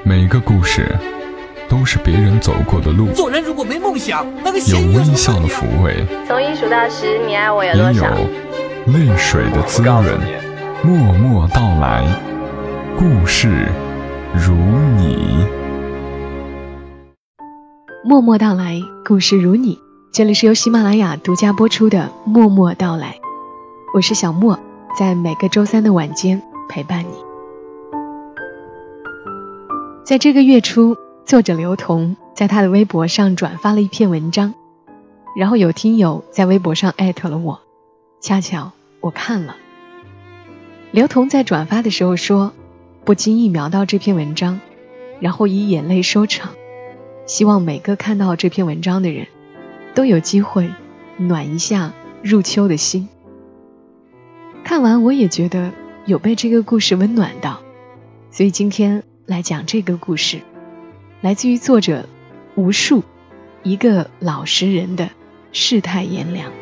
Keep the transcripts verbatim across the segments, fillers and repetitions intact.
每个故事都是别人走过的路， 做人如果没梦想，那个有微笑的抚慰， 从一数到十，你爱我有多少？ 也有泪水的滋润。默默到来，故事如你。 默默到来，故事如你。这里是由喜马拉雅独家播出的默默到来，我是小莫，在每个周三的晚间陪伴你。在这个月初，作者刘同在他的微博上转发了一篇文章，然后有听友在微博上艾特了我，恰巧我看了。刘同在转发的时候说，不经意瞄到这篇文章，然后以眼泪收场，希望每个看到这篇文章的人都有机会暖一下入秋的心。看完我也觉得有被这个故事温暖到，所以今天来讲这个故事，来自于作者无数，一个老实人的世态炎凉。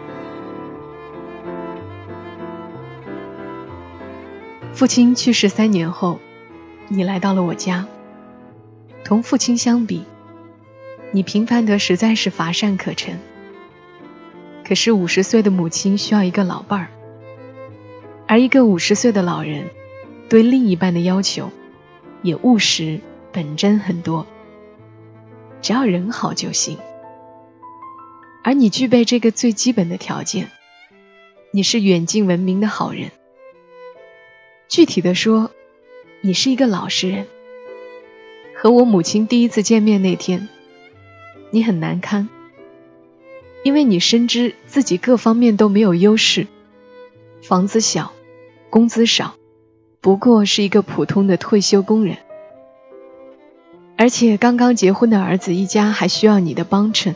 父亲去世三年后，你来到了我家。同父亲相比，你平凡得实在是乏善可陈。可是五十岁的母亲需要一个老伴儿，而一个五十岁的老人对另一半的要求也务实本真很多，只要人好就行。而你具备这个最基本的条件，你是远近闻名的好人。具体的说，你是一个老实人。和我母亲第一次见面那天，你很难堪，因为你深知自己各方面都没有优势，房子小，工资少，不过是一个普通的退休工人，而且刚刚结婚的儿子一家还需要你的帮衬。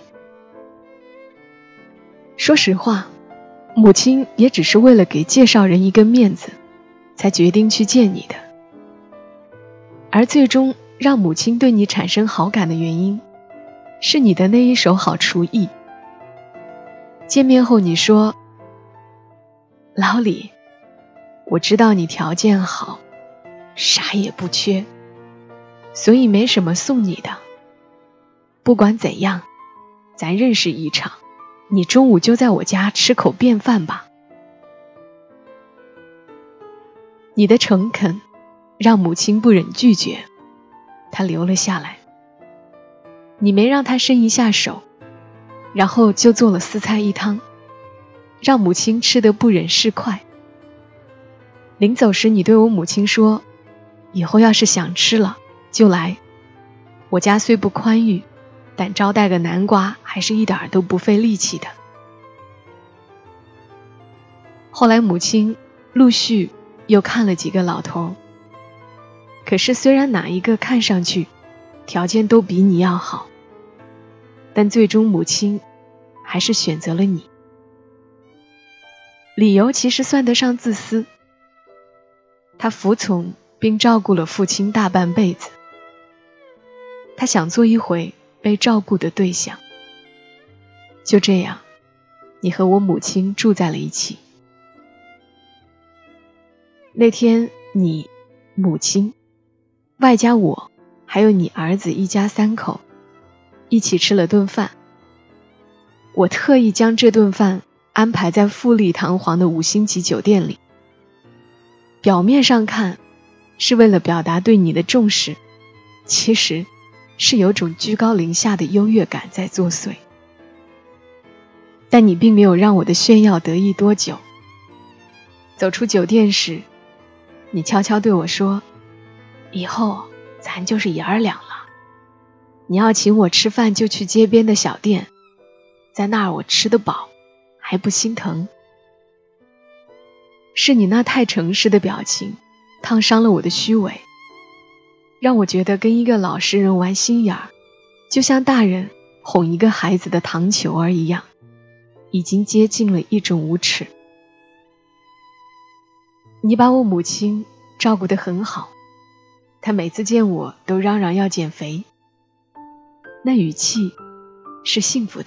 说实话，母亲也只是为了给介绍人一个面子才决定去见你的，而最终让母亲对你产生好感的原因是你的那一手好厨艺。见面后你说，老李，我知道你条件好，啥也不缺，所以没什么送你的，不管怎样，咱认识一场，你中午就在我家吃口便饭吧。你的诚恳让母亲不忍拒绝，她留了下来。你没让她伸一下手，然后就做了四菜一汤，让母亲吃得不忍释筷。临走时你对我母亲说，以后要是想吃了就来，我家虽不宽裕，但招待个南瓜还是一点都不费力气的。后来母亲陆续又看了几个老头，可是虽然哪一个看上去条件都比你要好，但最终母亲还是选择了你。理由其实算得上自私，她服从并照顾了父亲大半辈子，她想做一回被照顾的对象。就这样，你和我母亲住在了一起。那天你、母亲外加我还有你儿子一家三口一起吃了顿饭。我特意将这顿饭安排在富丽堂皇的五星级酒店里，表面上看是为了表达对你的重视，其实是有种居高临下的优越感在作祟。但你并没有让我的炫耀得意多久。走出酒店时，你悄悄对我说，以后咱就是爷儿俩了，你要请我吃饭就去街边的小店，在那儿我吃得饱还不心疼。是你那太诚实的表情烫伤了我的虚伪，让我觉得跟一个老实人玩心眼儿，就像大人哄一个孩子的糖球儿一样，已经接近了一种无耻。你把我母亲照顾得很好，她每次见我都嚷嚷要减肥，那语气是幸福的。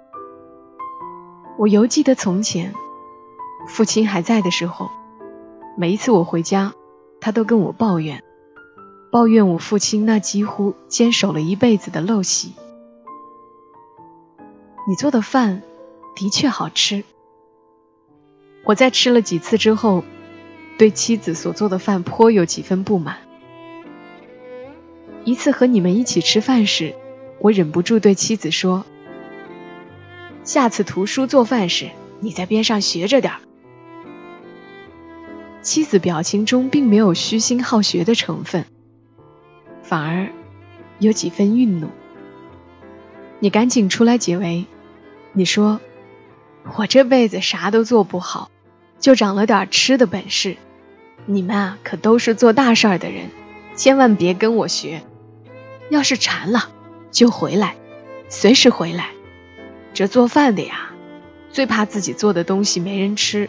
我犹记得从前父亲还在的时候，每一次我回家，他都跟我抱怨， 抱怨我父亲那几乎坚守了一辈子的陋习。你做的饭的确好吃。我在吃了几次之后，对妻子所做的饭颇有几分不满。一次和你们一起吃饭时，我忍不住对妻子说，下次图书做饭时，你在边上学着点儿。妻子表情中并没有虚心好学的成分，反而有几分愠怒。你赶紧出来解围，你说，我这辈子啥都做不好，就长了点吃的本事，你们啊可都是做大事儿的人，千万别跟我学，要是馋了就回来，随时回来。这做饭的呀，最怕自己做的东西没人吃。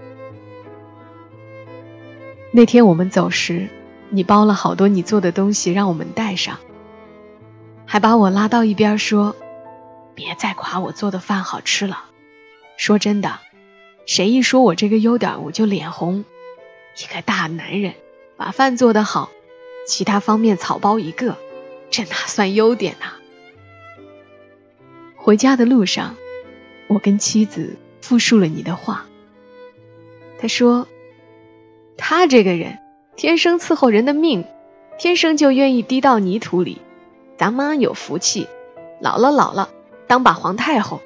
那天我们走时，你包了好多你做的东西让我们带上，还把我拉到一边说，别再夸我做的饭好吃了。说真的，谁一说我这个优点我就脸红。一个大男人把饭做得好，其他方面草包一个，这哪算优点啊？回家的路上，我跟妻子复述了你的话。他说，他这个人天生伺候人的命，天生就愿意滴到泥土里。咱妈有福气，老了老了当把皇太后。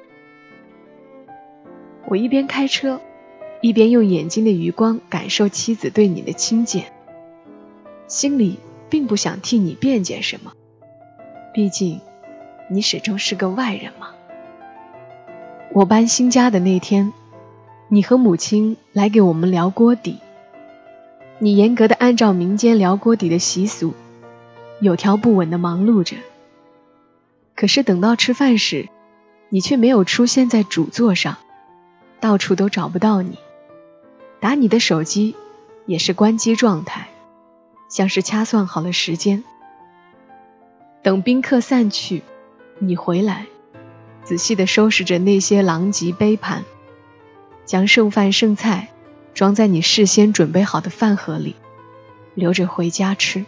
我一边开车，一边用眼睛的余光感受妻子对你的轻贱，心里并不想替你辩解什么，毕竟你始终是个外人嘛。我搬新家的那天，你和母亲来给我们聊锅底，你严格的按照民间聊锅底的习俗，有条不紊地忙碌着。可是等到吃饭时，你却没有出现在主座上，到处都找不到你。打你的手机也是关机状态，像是掐算好了时间。等宾客散去，你回来，仔细地收拾着那些狼藉杯盘，将剩饭剩菜装在你事先准备好的饭盒里，留着回家吃。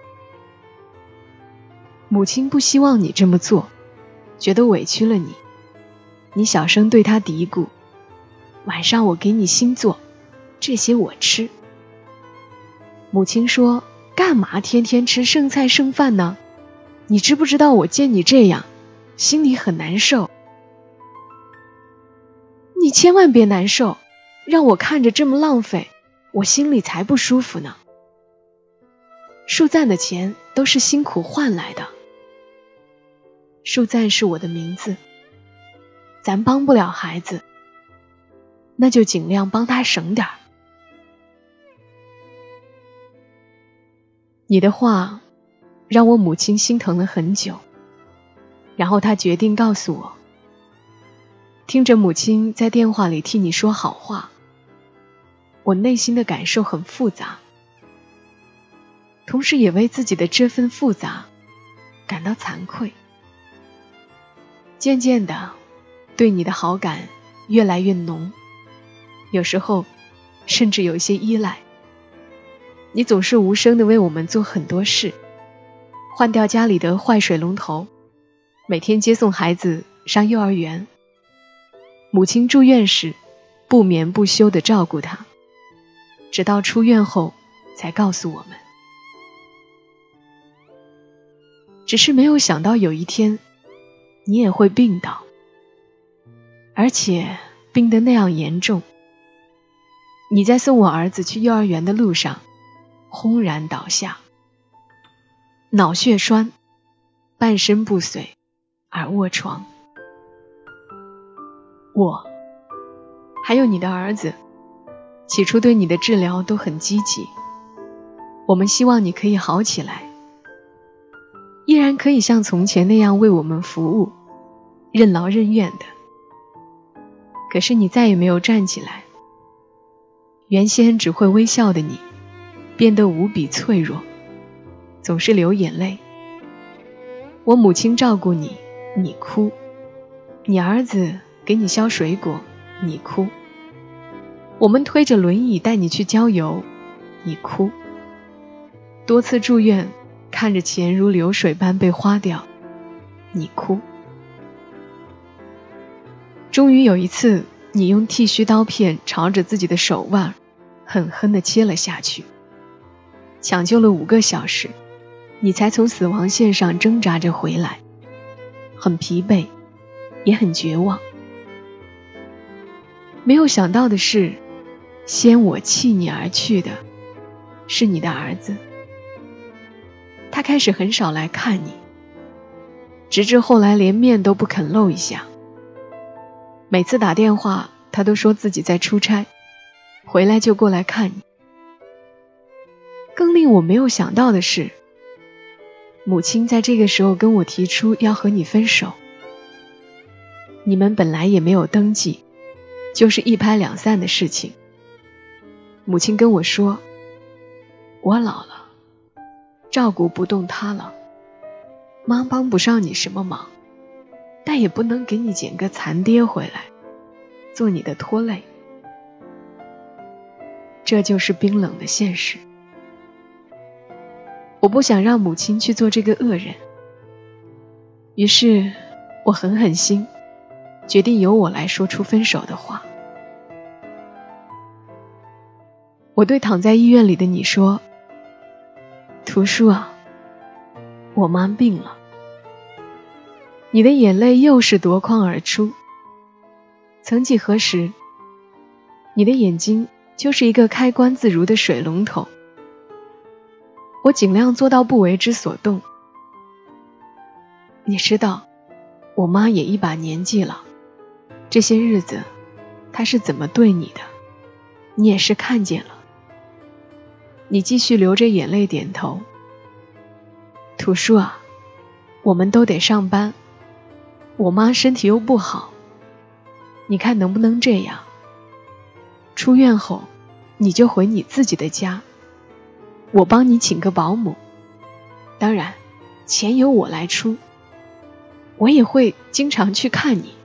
母亲不希望你这么做，觉得委屈了你。你小声对她嘀咕，晚上我给你新做，这些我吃。母亲说，干嘛天天吃剩菜剩饭呢？你知不知道我见你这样，心里很难受。你千万别难受，让我看着这么浪费，我心里才不舒服呢。树赞的钱都是辛苦换来的。树赞是我的名字，咱帮不了孩子，那就尽量帮他省点儿。你的话让我母亲心疼了很久，然后她决定告诉我。听着母亲在电话里替你说好话，我内心的感受很复杂，同时也为自己的这份复杂感到惭愧。渐渐的，对你的好感越来越浓，有时候甚至有一些依赖。你总是无声地为我们做很多事，换掉家里的坏水龙头，每天接送孩子上幼儿园。母亲住院时，不眠不休地照顾她，直到出院后才告诉我们。只是没有想到有一天，你也会病倒，而且病得那样严重。你在送我儿子去幼儿园的路上，轰然倒下，脑血栓，半身不遂而卧床。我还有你的儿子起初对你的治疗都很积极，我们希望你可以好起来，依然可以像从前那样为我们服务，任劳任怨的。可是你再也没有站起来，原先只会微笑的你变得无比脆弱，总是流眼泪。我母亲照顾你，你哭；你儿子给你削水果，你哭；我们推着轮椅带你去郊游，你哭；多次住院， 看着钱如流水般被花掉，你哭。终于有一次，你用剃须刀片朝着自己的手腕狠狠地切了下去，抢救了五个小时，你才从死亡线上挣扎着回来，很疲惫，也很绝望。没有想到的是，先我弃你而去的是你的儿子。他开始很少来看你，直至后来连面都不肯露一下。每次打电话，他都说自己在出差，回来就过来看你。更令我没有想到的是，母亲在这个时候跟我提出要和你分手。你们本来也没有登记，就是一拍两散的事情。母亲跟我说，我老了，照顾不动他了，妈帮不上你什么忙，但也不能给你捡个残爹回来，做你的拖累。这就是冰冷的现实。我不想让母亲去做这个恶人，于是我狠狠心，决定由我来说出分手的话。我对躺在医院里的你说，图书啊，我妈病了。你的眼泪又是夺眶而出。曾几何时，你的眼睛就是一个开关自如的水龙头。我尽量做到不为之所动。你知道，我妈也一把年纪了，这些日子她是怎么对你的，你也是看见了。你继续流着眼泪点头。图书啊，我们都得上班，我妈身体又不好，你看能不能这样？出院后，你就回你自己的家，我帮你请个保姆，当然，钱由我来出，我也会经常去看你。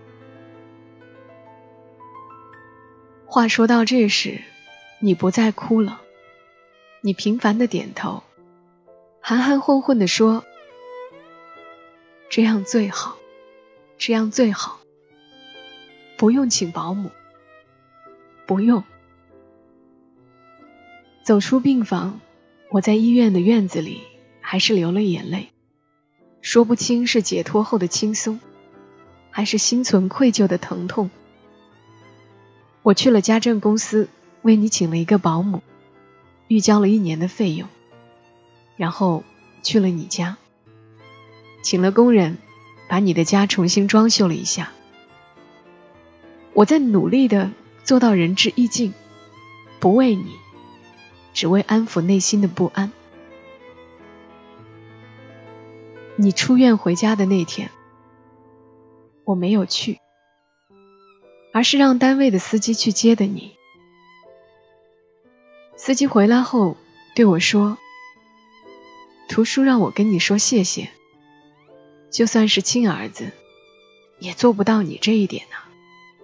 话说到这时，你不再哭了，你频繁地点头，含含混混地说，这样最好，这样最好，不用请保姆，不用。走出病房，我在医院的院子里还是流了眼泪，说不清是解脱后的轻松，还是心存愧疚的疼痛。我去了家政公司，为你请了一个保姆，预交了一年的费用，然后去了你家，请了工人把你的家重新装修了一下。我在努力地做到仁至义尽，不为你，只为安抚内心的不安。你出院回家的那天，我没有去，而是让单位的司机去接的你。司机回来后对我说，图书让我跟你说谢谢，就算是亲儿子，也做不到你这一点啊。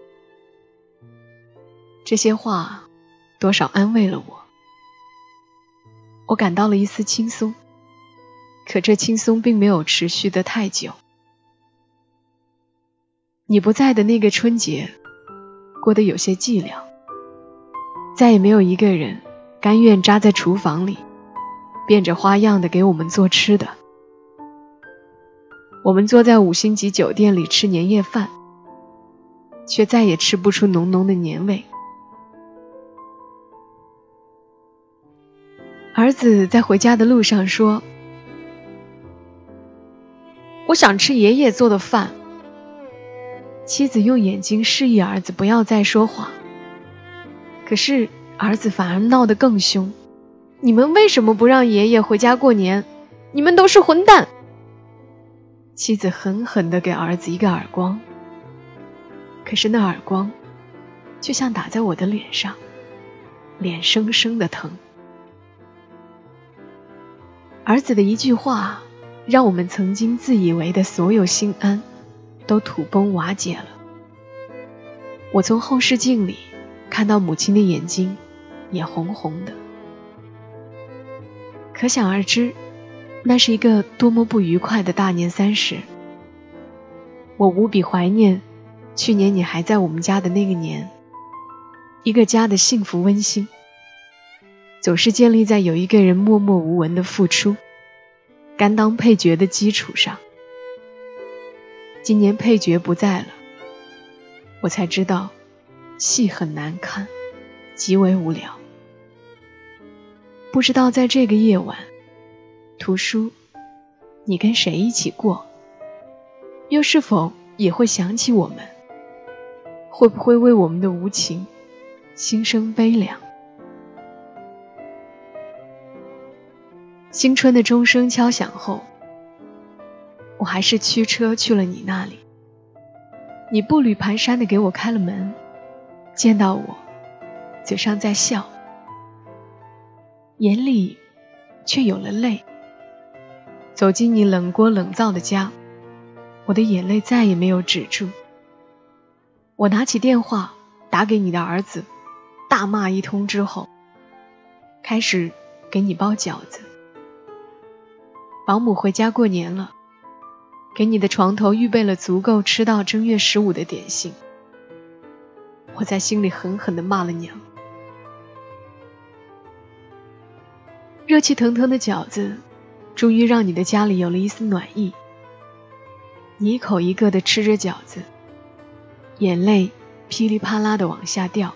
这些话多少安慰了我，我感到了一丝轻松，可这轻松并没有持续的太久。你不在的那个春节，过得有些寂寥，再也没有一个人甘愿扎在厨房里，变着花样的给我们做吃的。我们坐在五星级酒店里吃年夜饭，却再也吃不出浓浓的年味。儿子在回家的路上说，我想吃爷爷做的饭。妻子用眼睛示意儿子不要再说话，可是儿子反而闹得更凶，你们为什么不让爷爷回家过年？你们都是混蛋！妻子狠狠地给儿子一个耳光，可是那耳光就像打在我的脸上，脸生生的疼。儿子的一句话，让我们曾经自以为的所有心安都土崩瓦解了。我从后视镜里看到母亲的眼睛也红红的，可想而知， 那是一个多么不愉快的大年三十。我无比怀念去年你还在我们家的那个年，一个家的幸福温馨总是建立在有一个人默默无闻的付出，甘当配角的基础上。今年配角不在了，我才知道戏很难看，极为无聊。不知道在这个夜晚，图书你跟谁一起过，又是否也会想起我们，会不会为我们的无情心生悲凉。新春的钟声敲响后，我还是驱车去了你那里。你步履蹒跚地给我开了门，见到我嘴上在笑，眼里却有了泪。走进你冷锅冷灶的家，我的眼泪再也没有止住。我拿起电话打给你的儿子，大骂一通之后，开始给你包饺子。保姆回家过年了，给你的床头预备了足够吃到正月十五的点心。我在心里狠狠地骂了娘。热气腾腾的饺子终于让你的家里有了一丝暖意。你一口一个地吃着饺子，眼泪噼里啪啦地往下掉。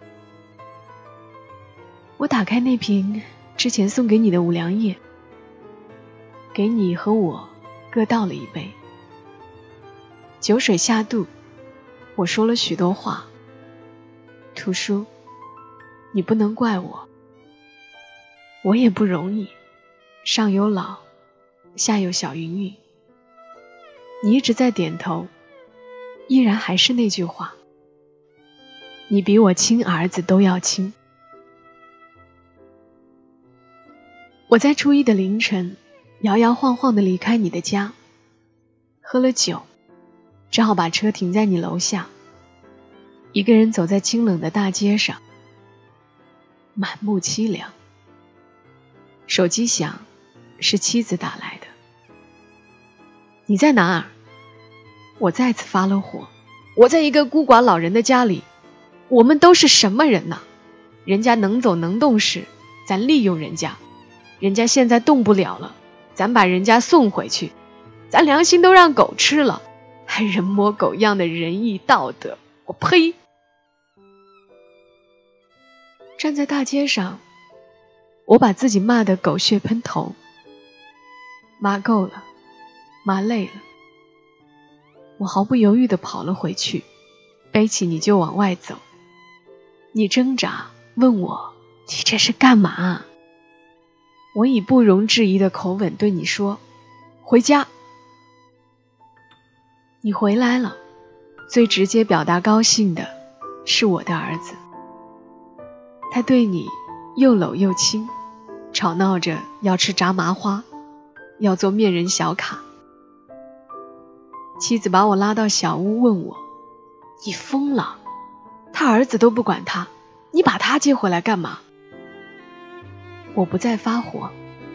我打开那瓶之前送给你的五粮液，给你和我各倒了一杯。酒水下肚，我说了许多话。图书，你不能怪我，我也不容易，上有老，下有小云云。你一直在点头，依然还是那句话，你比我亲儿子都要亲。我在初一的凌晨摇摇晃晃地离开你的家，喝了酒，只好把车停在你楼下，一个人走在清冷的大街上，满目凄凉。手机响，是妻子打来的。你在哪儿？我再次发了火。我在一个孤寡老人的家里。我们都是什么人呐？人家能走能动时，咱利用人家，人家现在动不了了，咱把人家送回去，咱良心都让狗吃了，还人模狗样的仁义道德，我呸！站在大街上，我把自己骂得狗血喷头。骂够了，骂累了，我毫不犹豫地跑了回去，背起你就往外走。你挣扎问我，你这是干嘛？我以不容置疑的口吻对你说，回家。你回来了，最直接表达高兴的是我的儿子。他对你又搂又亲，吵闹着要吃炸麻花，要做面人小卡。妻子把我拉到小屋问我，你疯了？他儿子都不管他，你把他接回来干嘛？我不再发火，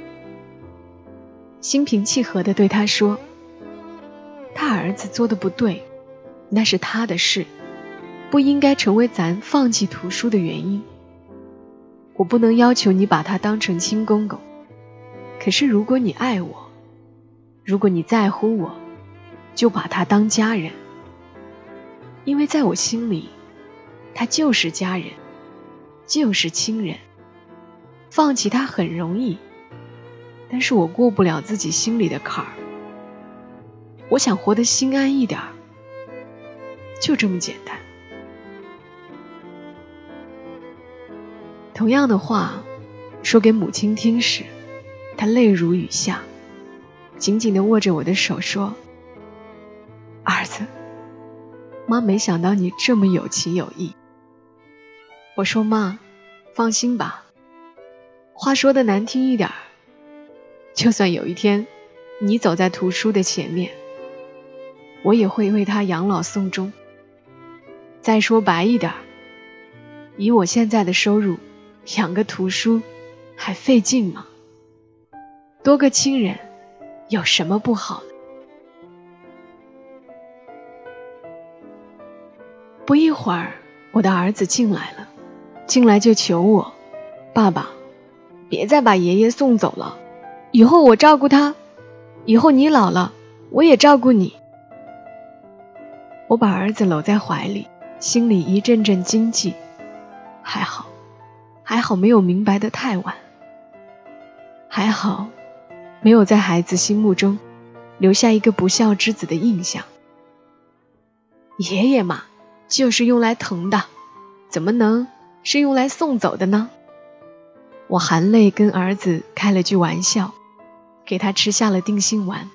心平气和地对他说，他儿子做的不对，那是他的事，不应该成为咱放弃图书的原因。我不能要求你把他当成亲公公，可是如果你爱我，如果你在乎我，就把他当家人。因为在我心里，他就是家人，就是亲人。放弃他很容易，但是我过不了自己心里的坎儿。我想活得心安一点，就这么简单。同样的话说给母亲听时，她泪如雨下，紧紧地握着我的手说，儿子，妈没想到你这么有情有义。我说，妈，放心吧，话说的难听一点，就算有一天你走在图书的前面，我也会为他养老送终。再说白一点，以我现在的收入，养个图书还费劲吗？多个亲人有什么不好呢？不一会儿，我的儿子进来了，进来就求我，爸爸，别再把爷爷送走了，以后我照顾他，以后你老了，我也照顾你。我把儿子搂在怀里，心里一阵阵惊悸，还好，还好没有明白得太晚，还好没有在孩子心目中留下一个不孝之子的印象。爷爷嘛，就是用来疼的，怎么能是用来送走的呢？我含泪跟儿子开了句玩笑，给他吃下了定心丸。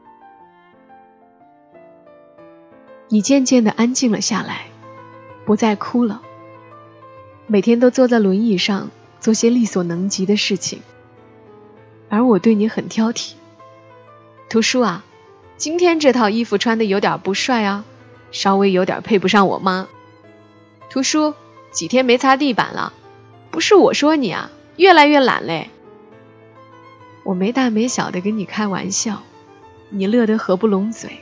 你渐渐地安静了下来，不再哭了，每天都坐在轮椅上做些力所能及的事情。而我对你很挑剔，图书啊，今天这套衣服穿得有点不帅啊，稍微有点配不上我妈。图书，几天没擦地板了，不是我说你啊，越来越懒嘞。我没大没小的跟你开玩笑，你乐得合不拢嘴。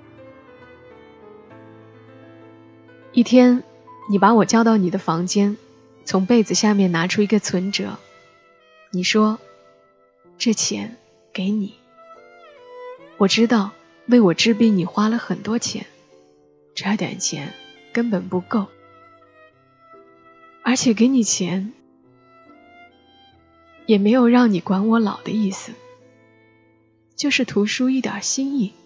一天，你把我叫到你的房间，从被子下面拿出一个存折，你说，这钱给你。我知道为我治病你花了很多钱，这点钱根本不够，而且给你钱也没有让你管我老的意思，就是图书一点心意。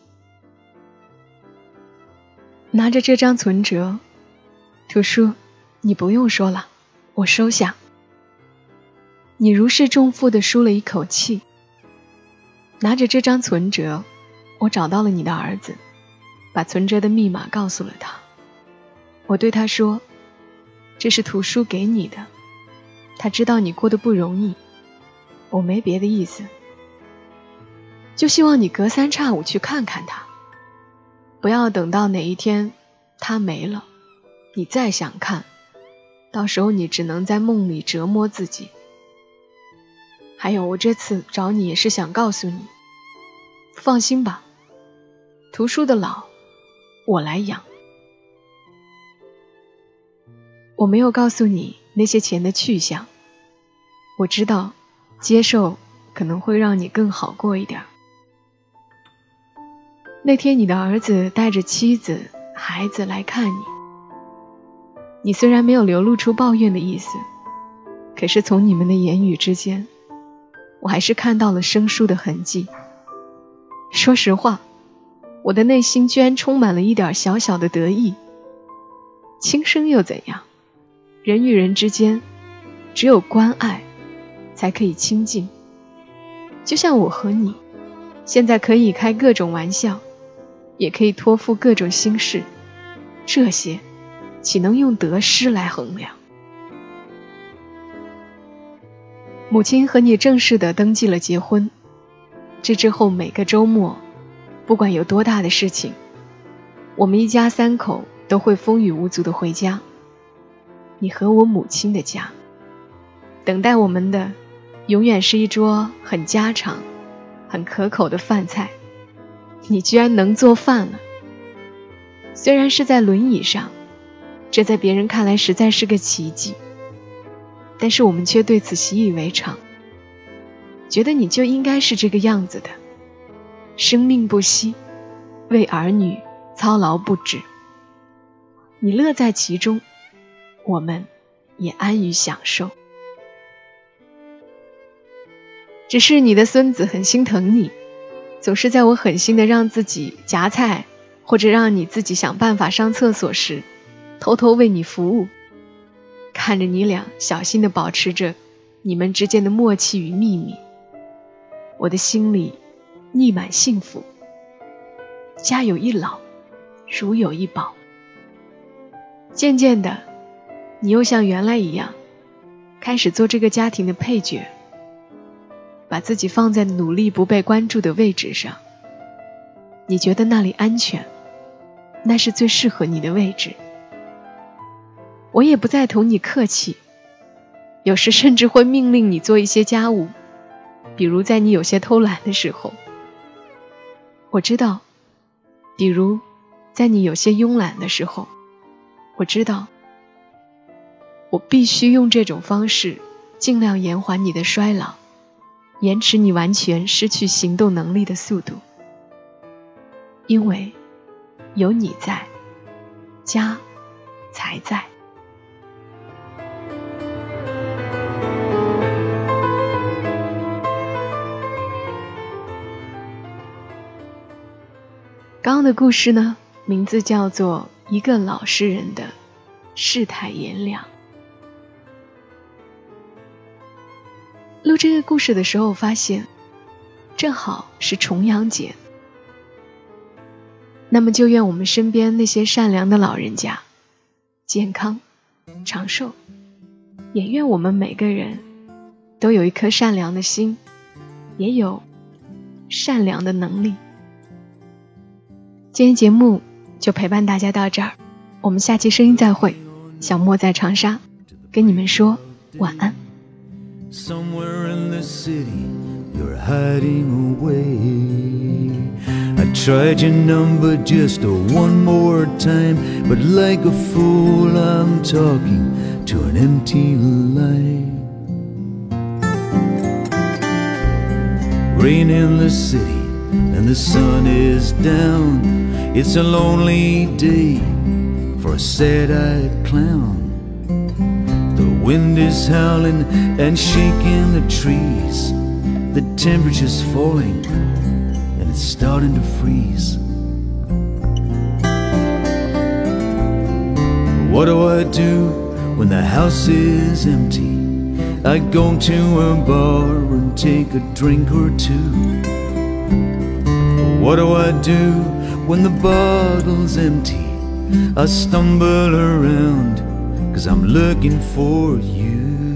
拿着这张存折，图书，你不用说了，我收下。你如释重负地舒了一口气。拿着这张存折，我找到了你的儿子，把存折的密码告诉了他。我对他说，这是图书给你的，他知道你过得不容易，我没别的意思，就希望你隔三差五去看看他，不要等到哪一天他没了，你再想看，到时候你只能在梦里折磨自己。还有，我这次找你也是想告诉你，放心吧，图书的老我来养。我没有告诉你那些钱的去向，我知道接受可能会让你更好过一点。那天你的儿子带着妻子孩子来看你，你虽然没有流露出抱怨的意思，可是从你们的言语之间，我还是看到了生疏的痕迹。说实话，我的内心居然充满了一点小小的得意。轻生又怎样？人与人之间，只有关爱才可以亲近。就像我和你，现在可以开各种玩笑，也可以托付各种心事，这些岂能用得失来衡量？母亲和你正式的登记了结婚，这之后每个周末，不管有多大的事情，我们一家三口都会风雨无阻的回家，你和我母亲的家。等待我们的永远是一桌很家常很可口的饭菜。你居然能做饭了，虽然是在轮椅上，这在别人看来实在是个奇迹，但是我们却对此习以为常，觉得你就应该是这个样子的，生命不息，为儿女操劳不止。你乐在其中，我们也安于享受。只是你的孙子很心疼你，总是在我狠心的让自己夹菜，或者让你自己想办法上厕所时，偷偷为你服务。看着你俩小心地保持着你们之间的默契与秘密，我的心里溢满幸福。家有一老，如有一宝。渐渐的，你又像原来一样，开始做这个家庭的配角，把自己放在努力不被关注的位置上。你觉得那里安全，那是最适合你的位置。我也不再同你客气，有时甚至会命令你做一些家务，比如在你有些偷懒的时候， 我知道，比如在你有些慵懒的时候，我知道我必须用这种方式尽量延缓你的衰老，延迟你完全失去行动能力的速度。因为有你在，家才在。刚刚的故事呢，名字叫做《一个老实人的世态炎凉》。录这个故事的时候发现，正好是重阳节。那么就愿我们身边那些善良的老人家健康长寿，也愿我们每个人都有一颗善良的心，也有善良的能力。今天节目就陪伴大家到这儿，我们下期声音再会。小莫在长沙跟你们说晚安。 Somewhere in the city you're hiding away. I tried your number just one more time, but like a fool I'm talking to an empty line. Rain in the city and the sun is down. It's a lonely day for a sad-eyed clown. The wind is howling and shaking the trees. The temperature's falling and it's starting to freeze. What do I do when the house is empty? I go to a bar and take a drink or two. What do I do when the bottle's empty? I stumble around 'cause I'm looking for you.